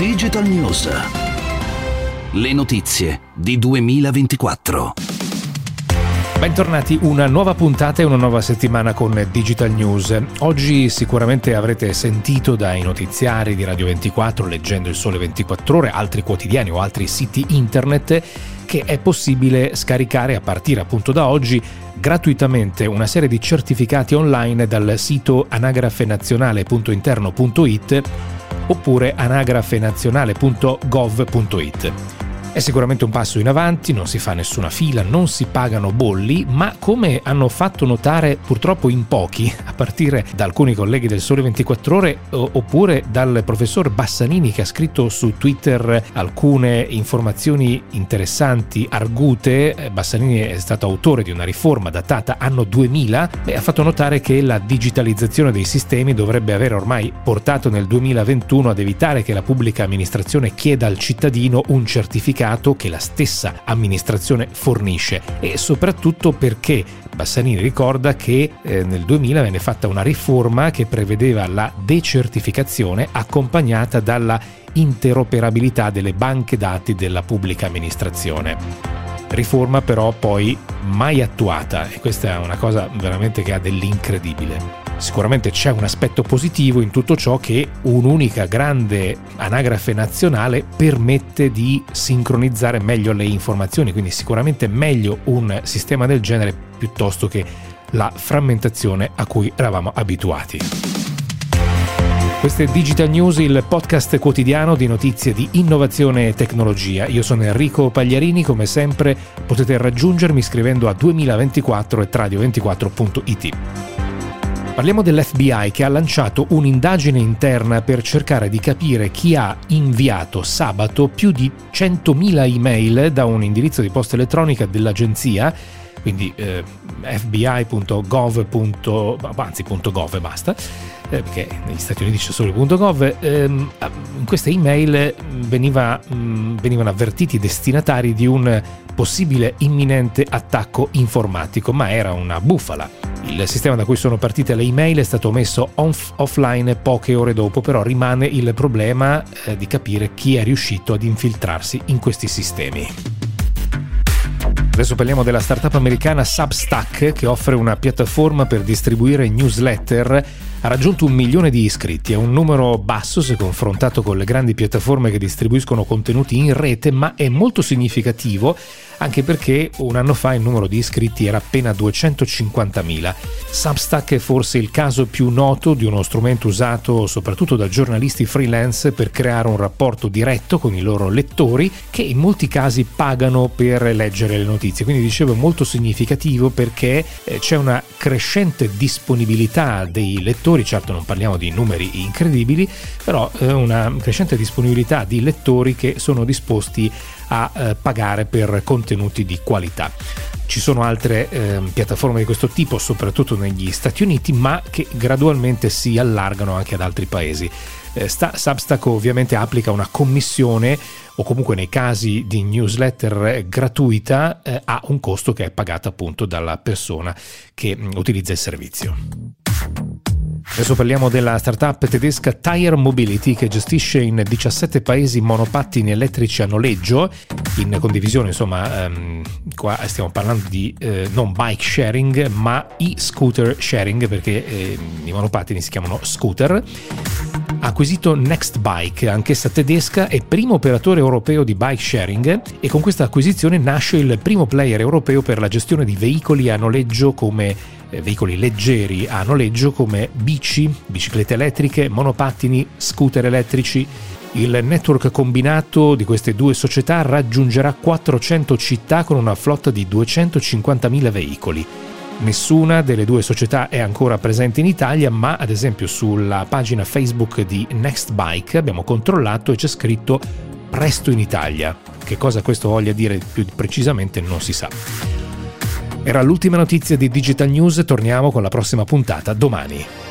Digital News. Le notizie di 2024. Bentornati, una nuova puntata e una nuova settimana con Digital News. Oggi sicuramente avrete sentito dai notiziari di Radio 24, leggendo il Sole 24 Ore, altri quotidiani o altri siti internet, che è possibile scaricare a partire appunto da oggi gratuitamente una serie di certificati online dal sito anagrafenazionale.interno.it oppure anagrafenazionale.gov.it. È sicuramente un passo in avanti, non si fa nessuna fila, non si pagano bolli, ma come hanno fatto notare purtroppo in pochi, a partire da alcuni colleghi del Sole 24 Ore oppure dal professor Bassanini, che ha scritto su Twitter alcune informazioni interessanti, argute. Bassanini è stato autore di una riforma datata anno 2000 e ha fatto notare che la digitalizzazione dei sistemi dovrebbe aver ormai portato nel 2021 ad evitare che la pubblica amministrazione chieda al cittadino un certificato che la stessa amministrazione fornisce, e soprattutto perché Bassanini ricorda che nel 2000 venne fatta una riforma che prevedeva la decertificazione accompagnata dalla interoperabilità delle banche dati della pubblica amministrazione. Riforma però poi mai attuata, e questa è una cosa veramente che ha dell'incredibile. Sicuramente c'è un aspetto positivo in tutto ciò, che un'unica grande anagrafe nazionale permette di sincronizzare meglio le informazioni, quindi sicuramente meglio un sistema del genere piuttosto che la frammentazione a cui eravamo abituati. Questo è Digital News, il podcast quotidiano di notizie di innovazione e tecnologia. Io sono Enrico Pagliarini, come sempre potete raggiungermi scrivendo a 2024@radio24.it. Parliamo dell'FBI, che ha lanciato un'indagine interna per cercare di capire chi ha inviato sabato più di 100.000 email da un indirizzo di posta elettronica dell'agenzia, quindi fbi.gov e basta, perché negli Stati Uniti c'è solo il .gov. In queste email venivano avvertiti i destinatari di un possibile imminente attacco informatico, ma era una bufala. Il sistema da cui sono partite le email è stato messo offline poche ore dopo, però rimane il problema di capire chi è riuscito ad infiltrarsi in questi sistemi. Adesso parliamo della startup americana Substack, che offre una piattaforma per distribuire newsletter. Ha raggiunto 1 milione di iscritti, è un numero basso se confrontato con le grandi piattaforme che distribuiscono contenuti in rete, ma è molto significativo anche perché un anno fa il numero di iscritti era appena 250.000. Substack è forse il caso più noto di uno strumento usato soprattutto da giornalisti freelance per creare un rapporto diretto con i loro lettori, che in molti casi pagano per leggere le notizie. Quindi dicevo molto significativo perché c'è una crescente disponibilità dei lettori, certo non parliamo di numeri incredibili, però una crescente disponibilità di lettori che sono disposti a pagare per contenuti di qualità. Ci sono altre piattaforme di questo tipo, soprattutto negli Stati Uniti, ma che gradualmente si allargano anche ad altri paesi. Substack ovviamente applica una commissione, o comunque nei casi di newsletter gratuita ha un costo che è pagato appunto dalla persona che utilizza il servizio. Adesso parliamo della startup tedesca Tire Mobility, che gestisce in 17 paesi monopattini elettrici a noleggio in condivisione. Insomma, qua stiamo parlando di non bike sharing ma e-scooter sharing, perché i monopattini si chiamano scooter. Ha acquisito Nextbike, anch'essa tedesca, è primo operatore europeo di bike sharing, e con questa acquisizione nasce il primo player europeo per la gestione di veicoli a noleggio, come veicoli leggeri a noleggio come biciclette elettriche, monopattini, scooter elettrici. Il network combinato di queste due società raggiungerà 400 città con una flotta di 250.000 veicoli. Nessuna delle due società è ancora presente in Italia, ma ad esempio sulla pagina Facebook di Nextbike abbiamo controllato e c'è scritto presto in Italia. Che cosa questo voglia dire più precisamente non si sa. Era l'ultima notizia di Digital News, torniamo con la prossima puntata domani.